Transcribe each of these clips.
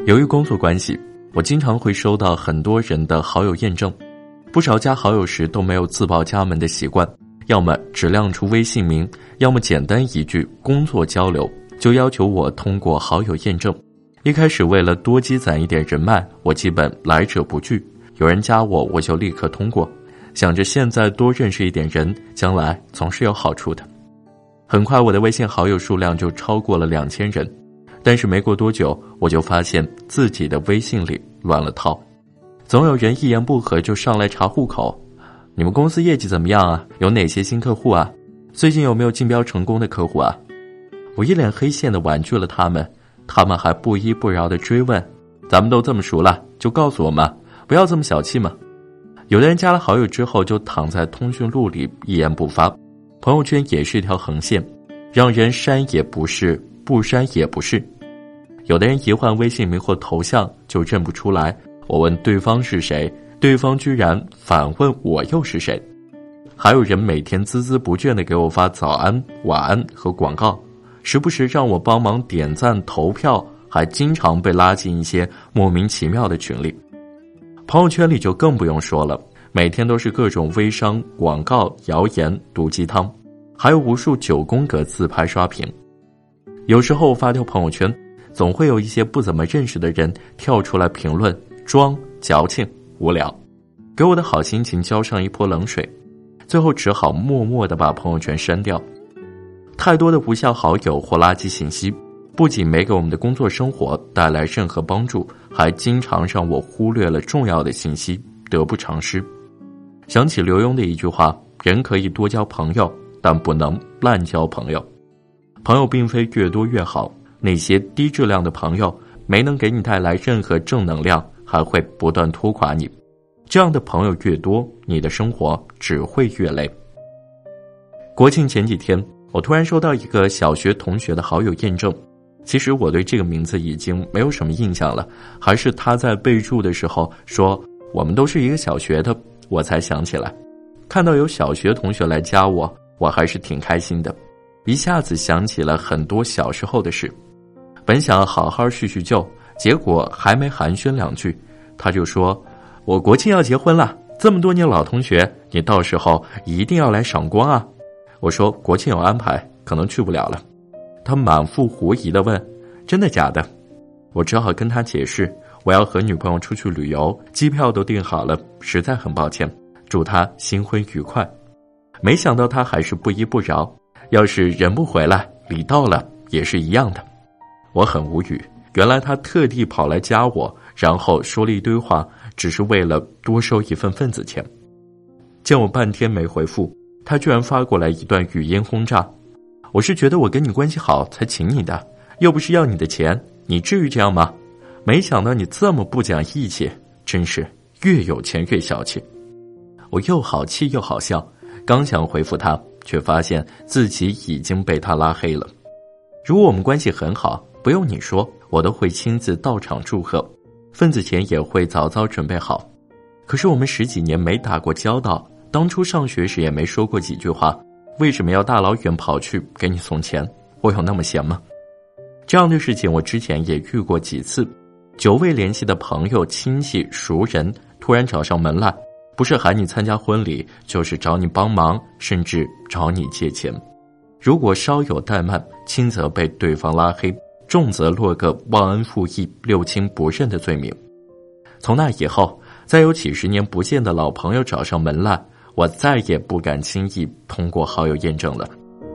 由于工作关系，我经常会收到很多人的好友验证，不少加好友时都没有自报家门的习惯，要么只亮出微信名，要么简单一句工作交流，就要求我通过好友验证。一开始为了多积攒一点人脉，我基本来者不拒，有人加我，我就立刻通过，想着现在多认识一点人，将来总是有好处的。很快我的微信好友数量就超过了2000人，但是没过多久，我就发现自己的微信里乱了套。总有人一言不合就上来查户口，你们公司业绩怎么样啊？有哪些新客户啊？最近有没有竞标成功的客户啊？我一脸黑线的婉拒了他们还不依不饶的追问，咱们都这么熟了，就告诉我嘛，不要这么小气嘛。有的人加了好友之后就躺在通讯录里一言不发，朋友圈也是一条横线，让人删也不是，不删也不是。有的人一换微信名或头像就认不出来，我问对方是谁，对方居然反问我又是谁。还有人每天孜孜不倦地给我发早安、晚安和广告，时不时让我帮忙点赞投票，还经常被拉进一些莫名其妙的群里。朋友圈里就更不用说了，每天都是各种微商、广告、谣言、毒鸡汤，还有无数9宫格自拍刷屏。有时候发条朋友圈，总会有一些不怎么认识的人跳出来评论，装、矫情、无聊，给我的好心情浇上一泼冷水，最后只好默默地把朋友圈删掉。太多的无效好友或垃圾信息，不仅没给我们的工作生活带来任何帮助，还经常让我忽略了重要的信息，得不偿失。想起刘墉的一句话，人可以多交朋友，但不能滥交朋友。朋友并非越多越好，那些低质量的朋友没能给你带来任何正能量，还会不断拖垮你。这样的朋友越多，你的生活只会越累。国庆前几天，我突然收到一个小学同学的好友验证，其实我对这个名字已经没有什么印象了，还是他在备注的时候说我们都是一个小学的，我才想起来。看到有小学同学来加我，我还是挺开心的，一下子想起了很多小时候的事。本想好好叙叙旧，结果还没寒暄2句，他就说我国庆要结婚了，这么多年老同学，你到时候一定要来赏光啊。我说国庆有安排，可能去不了了。他满腹狐疑地问，真的假的？我只好跟他解释，我要和女朋友出去旅游，机票都订好了，实在很抱歉，祝他新婚愉快。没想到他还是不依不饶，要是人不回来，礼到了也是一样的。我很无语，原来他特地跑来加我，然后说了一堆话，只是为了多收一份份子钱。见我半天没回复，他居然发过来一段语音轰炸，我是觉得我跟你关系好才请你的，又不是要你的钱，你至于这样吗？没想到你这么不讲义气，真是越有钱越小气。我又好气又好笑，刚想回复他，却发现自己已经被他拉黑了。如果我们关系很好，不用你说，我都会亲自到场祝贺，份子钱也会早早准备好。可是我们10几年没打过交道，当初上学时也没说过几句话，为什么要大老远跑去给你送钱？我有那么闲吗？这样的事情我之前也遇过几次，久未联系的朋友、亲戚、熟人突然找上门来，不是喊你参加婚礼，就是找你帮忙，甚至找你借钱。如果稍有怠慢，轻则被对方拉黑，重则落个忘恩负义、六亲不认的罪名。从那以后，再有几10年不见的老朋友找上门来，我再也不敢轻易通过好友验证了。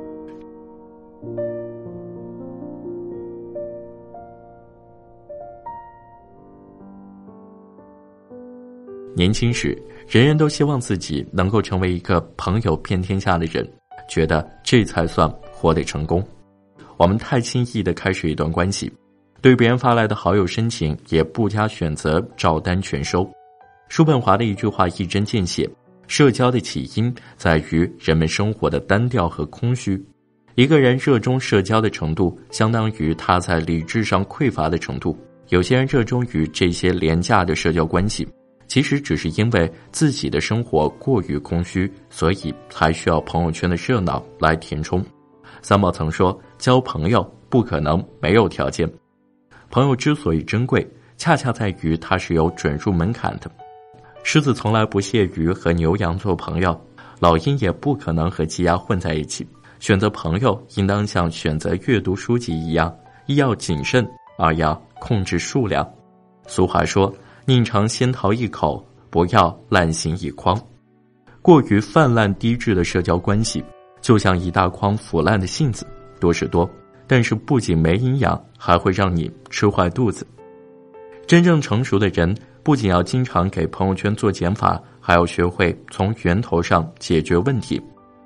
年轻时，人人都希望自己能够成为一个朋友遍天下的人，觉得这才算活得成功。我们太轻易地开始一段关系，对别人发来的好友申请也不加选择，照单全收。叔本华的一句话一针见血，社交的起因在于人们生活的单调和空虚。一个人热衷社交的程度，相当于他在理智上匮乏的程度。有些人热衷于这些廉价的社交关系，其实只是因为自己的生活过于空虚，所以才需要朋友圈的热闹来填充。三毛曾说，交朋友不可能没有条件。朋友之所以珍贵， 恰恰在于它是有准入门槛的。狮子从来不屑于和牛羊做朋友，老鹰也不可能和鸡鸭混在一起。选择朋友应当像选择阅读书籍一样，一要谨慎，二要控制数量。俗话说，宁尝仙桃一口，不要滥行一筐。过于泛滥低质的社交关系，就像一大筐腐烂的杏子，多是多，但是不仅没营养，还会让你吃坏肚子。真正成熟的人，不仅要经常给朋友圈做减法，还要学会从源头上解决问题。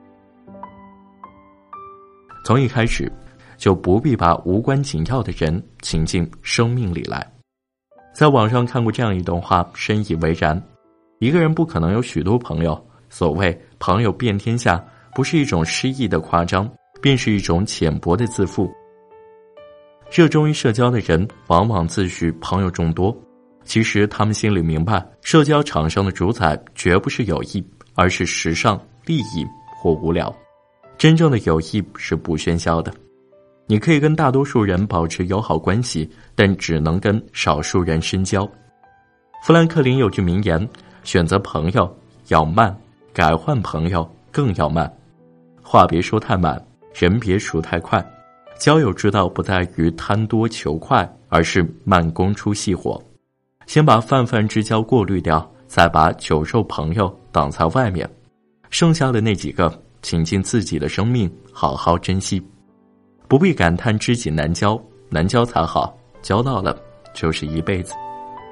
从一开始，就不必把无关紧要的人请进生命里来。在网上看过这样一段话，深以为然。一个人不可能有许多朋友，所谓朋友遍天下，不是一种诗意的夸张，便是一种浅薄的自负。热衷于社交的人往往自诩朋友众多，其实他们心里明白，社交场上的主宰绝不是友谊，而是时尚、利益或无聊。真正的友谊是不喧嚣的，你可以跟大多数人保持友好关系，但只能跟少数人深交。富兰克林有句名言，选择朋友要慢，改换朋友更要慢。话别说太满，人别熟太快。交友之道不在于贪多求快，而是慢工出细活。先把泛泛之交过滤掉，再把酒肉朋友挡在外面，剩下的那几个，请尽自己的生命好好珍惜。不必感叹知己难交，难交才好，交到了就是一辈子。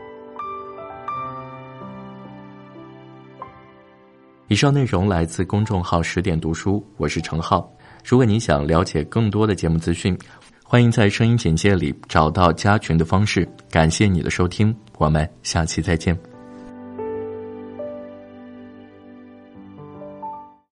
以上内容来自公众号10点读书，我是程浩。如果你想了解更多的节目资讯，欢迎在声音简介里找到加群的方式。感谢你的收听，我们下期再见。